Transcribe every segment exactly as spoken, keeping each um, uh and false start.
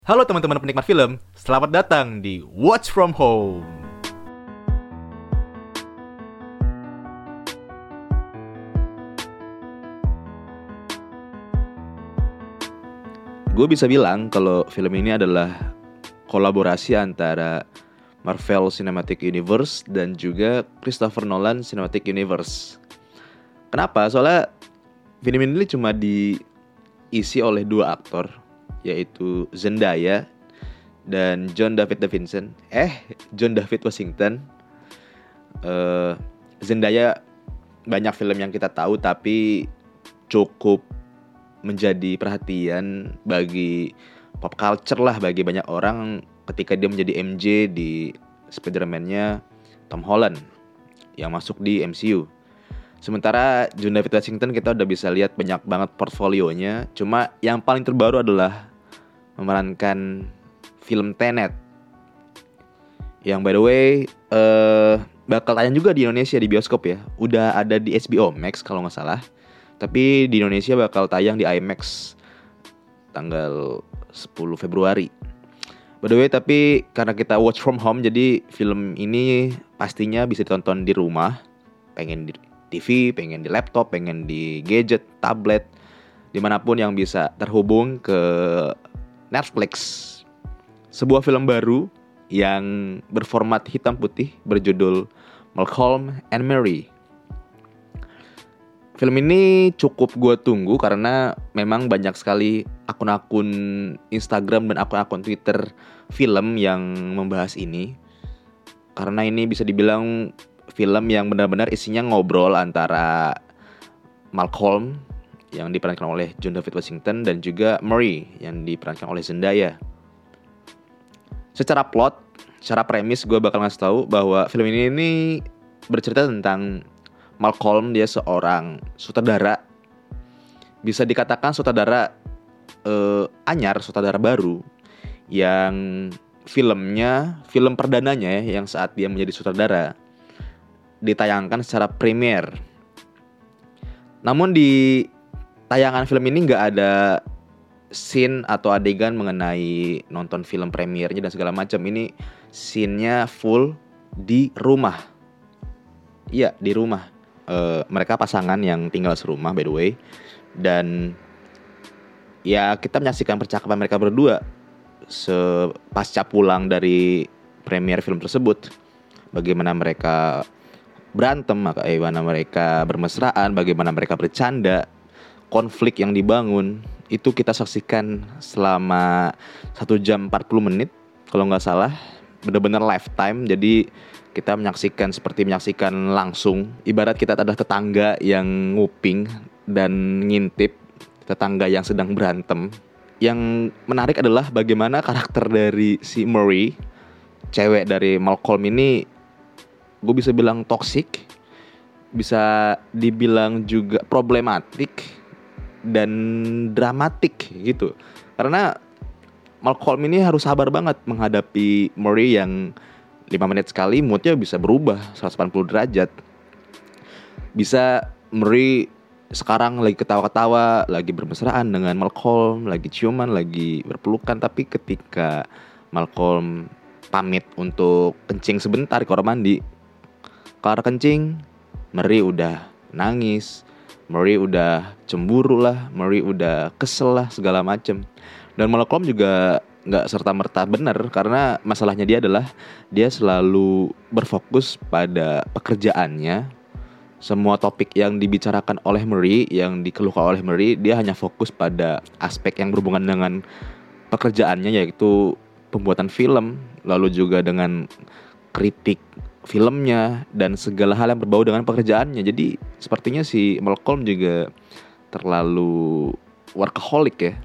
Halo teman-teman penikmat film, selamat datang di Watch From Home. Gue bisa bilang kalau film ini adalah kolaborasi antara Marvel Cinematic Universe dan juga Christopher Nolan Cinematic Universe. Kenapa? Soalnya film ini cuma diisi oleh dua aktor, yaitu Zendaya dan John David Davidson. Eh, John David Washington. uh, Zendaya banyak film yang kita tahu, tapi cukup menjadi perhatian bagi pop culture lah, bagi banyak orang ketika dia menjadi M J di Spider-Man-nya Tom Holland yang masuk di M C U. Sementara John David Washington kita udah bisa lihat banyak banget portfolionya. Cuma yang paling terbaru adalah memerankan film Tenet, yang by the way uh, bakal tayang juga di Indonesia di bioskop ya. Udah ada di H B O Max kalau gak salah, tapi di Indonesia bakal tayang di IMAX tanggal sepuluh Februari. By the way, tapi karena kita watch from home, jadi film ini pastinya bisa ditonton di rumah. Pengen di T V, pengen di laptop, pengen di gadget, tablet, dimanapun yang bisa terhubung ke Netflix. Sebuah film baru yang berformat hitam putih berjudul Malcolm and Mary. Film ini cukup gue tunggu karena memang banyak sekali akun-akun Instagram dan akun-akun Twitter film yang membahas ini. Karena ini bisa dibilang film yang benar-benar isinya ngobrol antara Malcolm yang diperankan oleh John David Washington dan juga Mary yang diperankan oleh Zendaya. Secara plot, secara premis gue bakal ngasih tahu bahwa film ini, ini bercerita tentang Malcolm. Dia seorang sutradara, bisa dikatakan sutradara eh, anyar, sutradara baru yang filmnya, film perdananya ya, yang saat dia menjadi sutradara ditayangkan secara premier. Namun di tayangan film ini nggak ada scene atau adegan mengenai nonton film premiernya dan segala macam. Ini scene-nya full di rumah. Iya, di rumah. E, mereka pasangan yang tinggal serumah by the way. Dan ya kita menyaksikan percakapan mereka berdua sepasca pulang dari premier film tersebut. Bagaimana mereka berantem, bagaimana mereka bermesraan, bagaimana mereka bercanda, konflik yang dibangun. Itu kita saksikan selama satu jam empat puluh menit kalau gak salah. Benar-benar lifetime. Jadi kita menyaksikan seperti menyaksikan langsung. Ibarat kita adalah tetangga yang nguping dan ngintip tetangga yang sedang berantem. Yang menarik adalah bagaimana karakter dari si Mary, cewek dari Malcolm ini, gue bisa bilang toksik, bisa dibilang juga problematik dan dramatik gitu. Karena Malcolm ini harus sabar banget menghadapi Mary yang lima menit sekali moodnya bisa berubah seratus delapan puluh derajat. Bisa Mary sekarang lagi ketawa-ketawa, lagi bermesraan dengan Malcolm, lagi ciuman, lagi berpelukan. Tapi ketika Malcolm pamit untuk kencing sebentar ke kamar mandi, kelar kencing, Mary udah nangis, Mary udah cemburu lah, Mary udah kesel lah, segala macem. Dan Malcolm juga gak serta-merta benar, karena masalahnya dia adalah dia selalu berfokus pada pekerjaannya. Semua topik yang dibicarakan oleh Mary, yang dikeluhkan oleh Mary, dia hanya fokus pada aspek yang berhubungan dengan pekerjaannya, yaitu pembuatan film, lalu juga dengan kritik filmnya dan segala hal yang berbau dengan pekerjaannya. Jadi sepertinya si Malcolm juga terlalu workaholic ya.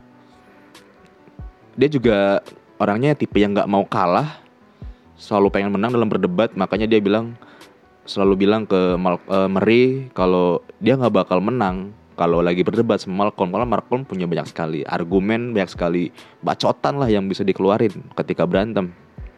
Dia juga orangnya tipe yang gak mau kalah, selalu pengen menang dalam berdebat. Makanya dia bilang, selalu bilang ke Mal- uh, Mary kalau dia gak bakal menang kalau lagi berdebat sama Malcolm. Karena Malcolm punya banyak sekali argumen, banyak sekali bacotan lah yang bisa dikeluarin ketika berantem.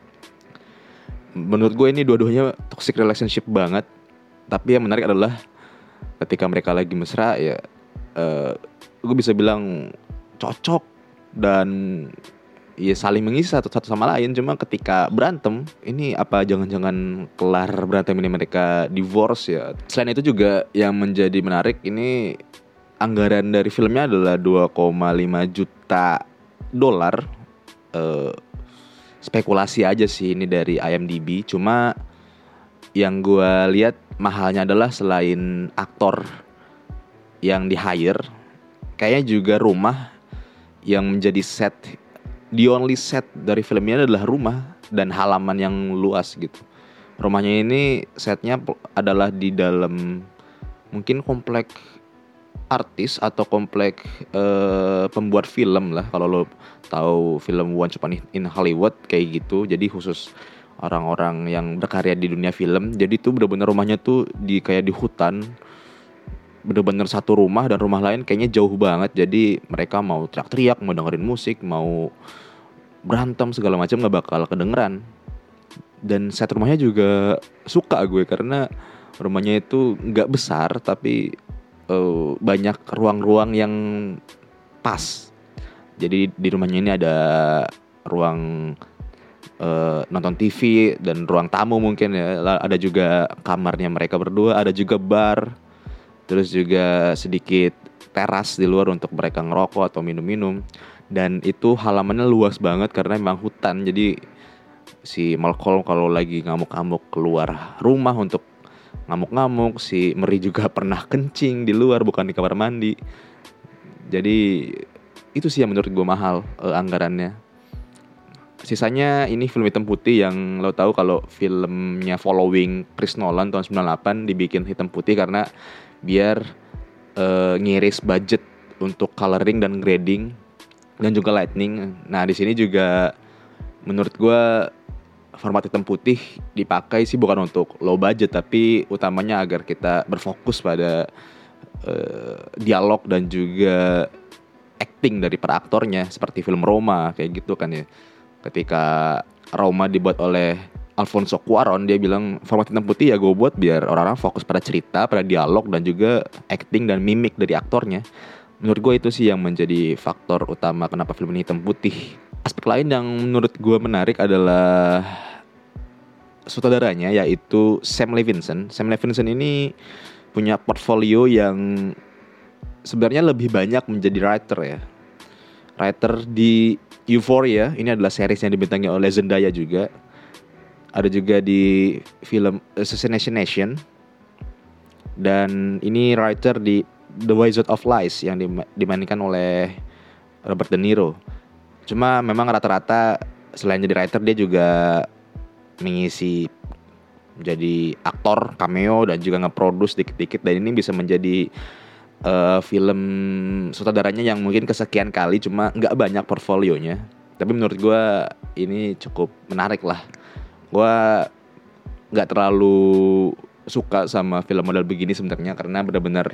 Menurut gue ini dua-duanya toxic relationship banget. Tapi yang menarik adalah ketika mereka lagi mesra ya, uh, gue bisa bilang cocok dan ya saling mengisi satu satu sama lain. Cuma ketika berantem, ini apa jangan-jangan kelar berantem ini mereka divorce ya. Selain itu juga yang menjadi menarik ini anggaran dari filmnya adalah dua koma lima juta dolar. Eh, spekulasi aja sih ini dari I M D B. Cuma yang gue lihat mahalnya adalah selain aktor yang di hire, kayaknya juga rumah yang menjadi set. The only set dari film ini adalah rumah dan halaman yang luas gitu. Rumahnya ini setnya adalah di dalam mungkin komplek artis atau komplek uh, pembuat film lah. Kalau lo tahu film Once Upon in Hollywood kayak gitu. Jadi khusus orang-orang yang berkarya di dunia film. Jadi tuh bener-bener rumahnya tuh di kayak di hutan. Bener-bener satu rumah dan rumah lain kayaknya jauh banget. Jadi mereka mau teriak-teriak, mau dengerin musik, mau berantem segala macam nggak bakal kedengeran. Dan set rumahnya juga suka gue karena rumahnya itu nggak besar tapi uh, banyak ruang-ruang yang pas. Jadi di rumahnya ini ada ruang uh, nonton T V dan ruang tamu mungkin ya. Ada juga kamarnya mereka berdua, ada juga bar. Terus juga sedikit teras di luar untuk mereka ngerokok atau minum-minum. Dan itu halamannya luas banget karena memang hutan. Jadi si Malcolm kalau lagi ngamuk-ngamuk keluar rumah untuk ngamuk-ngamuk. Si Mary juga pernah kencing di luar bukan di kamar mandi. Jadi itu sih yang menurut gue mahal eh, anggarannya. Sisanya ini film hitam putih yang lo tahu kalau filmnya Following Chris Nolan tahun sembilan puluh delapan dibikin hitam putih karena biar uh, ngiris budget untuk coloring dan grading dan juga lighting. Nah di sini juga menurut gue format hitam putih dipakai sih bukan untuk low budget tapi utamanya agar kita berfokus pada uh, dialog dan juga acting dari para aktornya seperti film Roma kayak gitu kan ya. Ketika Roma dibuat oleh Alfonso Cuarón, dia bilang format hitam putih ya gue buat biar orang-orang fokus pada cerita, pada dialog dan juga acting dan mimik dari aktornya. Menurut gue itu sih yang menjadi faktor utama kenapa film ini hitam putih. Aspek lain yang menurut gue menarik adalah sutradaranya yaitu Sam Levinson. Sam Levinson ini punya portfolio yang sebenarnya lebih banyak menjadi writer ya. Writer di Euphoria, ini adalah series yang dibintangi oleh Zendaya juga. Ada juga di film Assassination Nation. Dan ini writer di The Wizard of Lies yang dimainkan oleh Robert De Niro. Cuma memang rata-rata selain jadi writer dia juga mengisi jadi aktor cameo dan juga nge-produce dikit-dikit. Dan ini bisa menjadi uh, film sutradaranya yang mungkin kesekian kali cuma gak banyak portfolionya. Tapi menurut gue ini cukup menarik lah. Gue gak terlalu suka sama film model begini sebenarnya karena benar-benar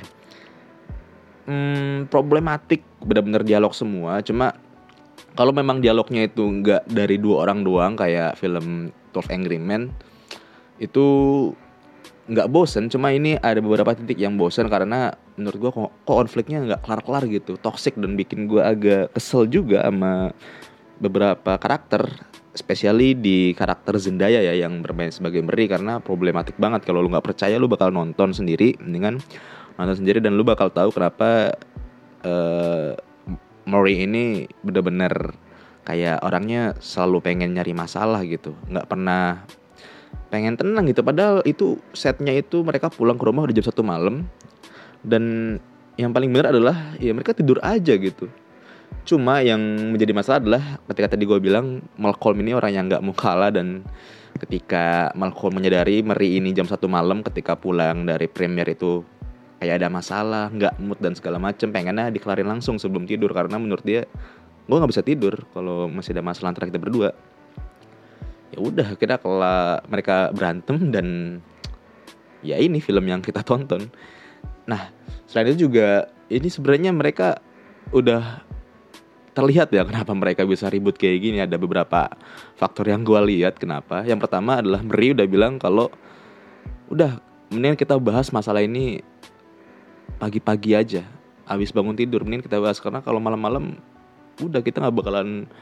hmm, problematik, benar-benar dialog semua. Cuma kalau memang dialognya itu gak dari dua orang doang kayak film twelve Angry Men, itu gak bosen. Cuma ini ada beberapa titik yang bosen karena menurut gue kok, kok konfliknya gak kelar-kelar gitu, toxic dan bikin gue agak kesel juga sama beberapa karakter. Especially di karakter Zendaya ya yang bermain sebagai Mary karena problematik banget. Kalau lu nggak percaya lu bakal nonton sendiri, mendingan nonton sendiri dan lu bakal tahu kenapa uh, Mary ini benar-benar kayak orangnya selalu pengen nyari masalah gitu, nggak pernah pengen tenang gitu. Padahal itu setnya itu mereka pulang ke rumah udah jam satu malam dan yang paling benar adalah ya mereka tidur aja gitu. Cuma yang menjadi masalah adalah ketika tadi gue bilang Malcolm ini orang yang gak mau kalah. Dan ketika Malcolm menyadari Mary ini jam satu malam ketika pulang dari premier itu kayak ada masalah, gak mood dan segala macem, pengennya dikelarin langsung sebelum tidur. Karena menurut dia gue gak bisa tidur kalau masih ada masalah antara kita berdua. Ya udah kita kalau mereka berantem dan ya ini film yang kita tonton. Nah selain itu juga ini sebenarnya mereka udah terlihat ya kenapa mereka bisa ribut kayak gini. Ada beberapa faktor yang gue lihat kenapa. Yang pertama adalah Mary udah bilang kalau udah mendingan kita bahas masalah ini pagi-pagi aja, abis bangun tidur mendingan kita bahas. Karena kalau malam-malam udah kita gak bakalan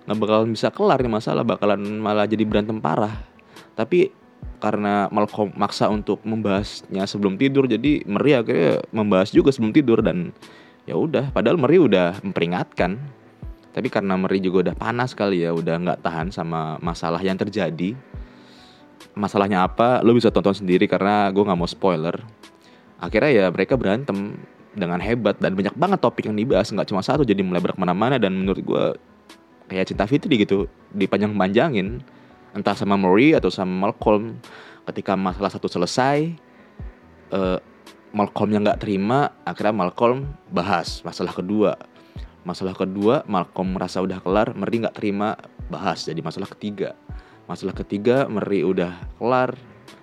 nggak bakalan bisa kelar nih masalah, bakalan malah jadi berantem parah. Tapi karena Malcolm maksa untuk membahasnya sebelum tidur, jadi Murray akhirnya membahas juga sebelum tidur. Dan ya udah, padahal Murray udah memperingatkan, tapi karena Murray juga udah panas kali ya, udah nggak tahan sama masalah yang terjadi. Masalahnya apa, lo bisa tonton sendiri karena gue nggak mau spoiler. Akhirnya ya mereka berantem dengan hebat dan banyak banget topik yang dibahas, nggak cuma satu, jadi melebar kemana-mana. Dan menurut gue kayak Cinta Fitri gitu, dipanjang-panjangin, entah sama Murray atau sama Malcolm. Ketika masalah satu selesai, uh, Malcolm yang nggak terima, akhirnya Malcolm bahas masalah kedua. Masalah kedua Malcolm merasa udah kelar, Murray nggak terima, bahas jadi masalah ketiga. Masalah ketiga Murray udah kelar,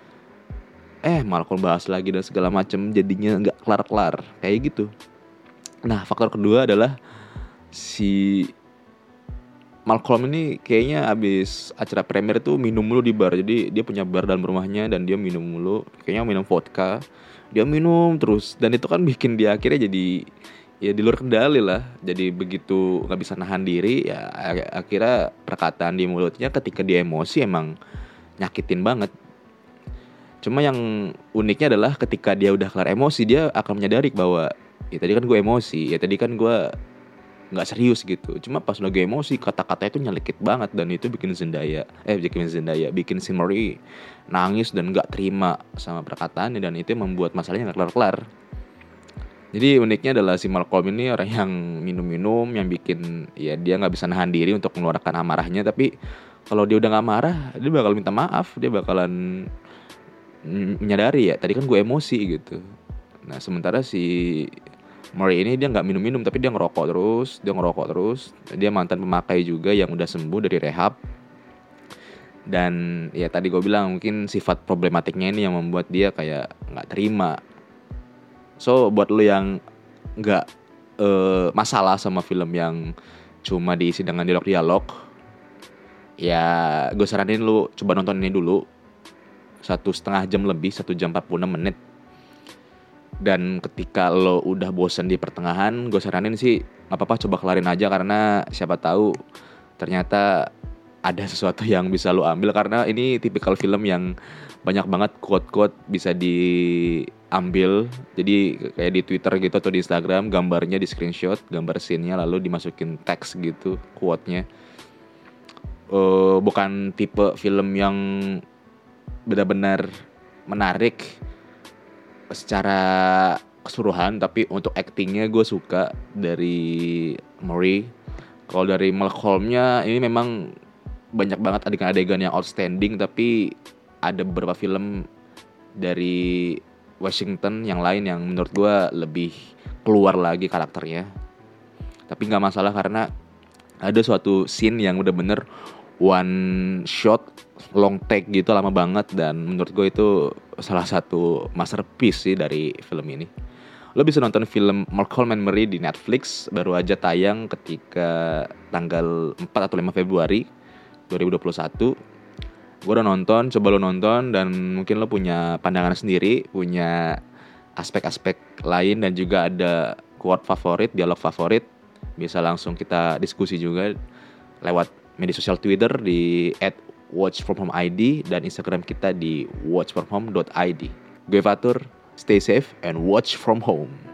eh Malcolm bahas lagi dan segala macem, jadinya nggak kelar-kelar kayak gitu. Nah, faktor kedua adalah si Malcolm ini kayaknya abis acara premier tuh minum mulu di bar. Jadi dia punya bar dalam rumahnya dan dia minum mulu, kayaknya minum vodka. Dia minum terus dan itu kan bikin dia akhirnya jadi ya di luar kendali lah. Jadi begitu gak bisa nahan diri, ya akhirnya perkataan di mulutnya ketika dia emosi emang nyakitin banget. Cuma yang uniknya adalah ketika dia udah kelar emosi, dia akan menyadari bahwa ya tadi kan gue emosi, ya tadi kan gue nggak serius gitu. Cuma pas lagi emosi, kata-kata itu nyelekit banget dan itu bikin Zendaya, eh bikin Zendaya, bikin si Murray nangis dan nggak terima sama perkataannya, dan itu membuat masalahnya nggak kelar-kelar. Jadi uniknya adalah si Malcolm ini orang yang minum-minum, yang bikin ya dia nggak bisa nahan diri untuk mengeluarkan amarahnya. Tapi kalau dia udah nggak marah, dia bakal minta maaf, dia bakalan menyadari ya tadi kan gue emosi gitu. Nah sementara si Murray ini dia nggak minum-minum tapi dia ngerokok terus, dia ngerokok terus. Dia mantan pemakai juga yang udah sembuh dari rehab. Dan ya tadi gue bilang mungkin sifat problematiknya ini yang membuat dia kayak nggak terima. So buat lo yang nggak uh, masalah sama film yang cuma diisi dengan dialog-dialog, ya gue saranin lo coba nonton ini dulu. Satu setengah jam lebih, satu jam empat puluh enam menit. Dan ketika lo udah bosan di pertengahan, gue saranin sih gak apa-apa coba kelarin aja, karena siapa tahu ternyata ada sesuatu yang bisa lo ambil. Karena ini tipikal film yang banyak banget quote-quote bisa diambil. Jadi kayak di Twitter gitu atau di Instagram, gambarnya di screenshot, gambar scene-nya lalu dimasukin teks gitu quote-nya. uh, Bukan tipe film yang benar-benar menarik secara keseluruhan, tapi untuk actingnya gue suka dari Murray. Kalau dari Malcolm-nya ini memang banyak banget adegan-adegan yang outstanding, tapi ada beberapa film dari Washington yang lain yang menurut gue lebih keluar lagi karakternya. Tapi nggak masalah karena ada suatu scene yang udah bener one shot long take gitu, lama banget, dan menurut gue itu salah satu masterpiece sih dari film ini. Lo bisa nonton film Malcolm and Murray di Netflix, baru aja tayang ketika tanggal empat atau lima Februari dua ribu dua puluh satu. Gue udah nonton, coba lo nonton dan mungkin lo punya pandangan sendiri, punya aspek-aspek lain dan juga ada quote favorit, dialog favorit. Bisa langsung kita diskusi juga lewat media sosial Twitter di at watchfromhomeid dan Instagram kita di watchfromhome dot id. Gue Fatur, stay safe and watch from home.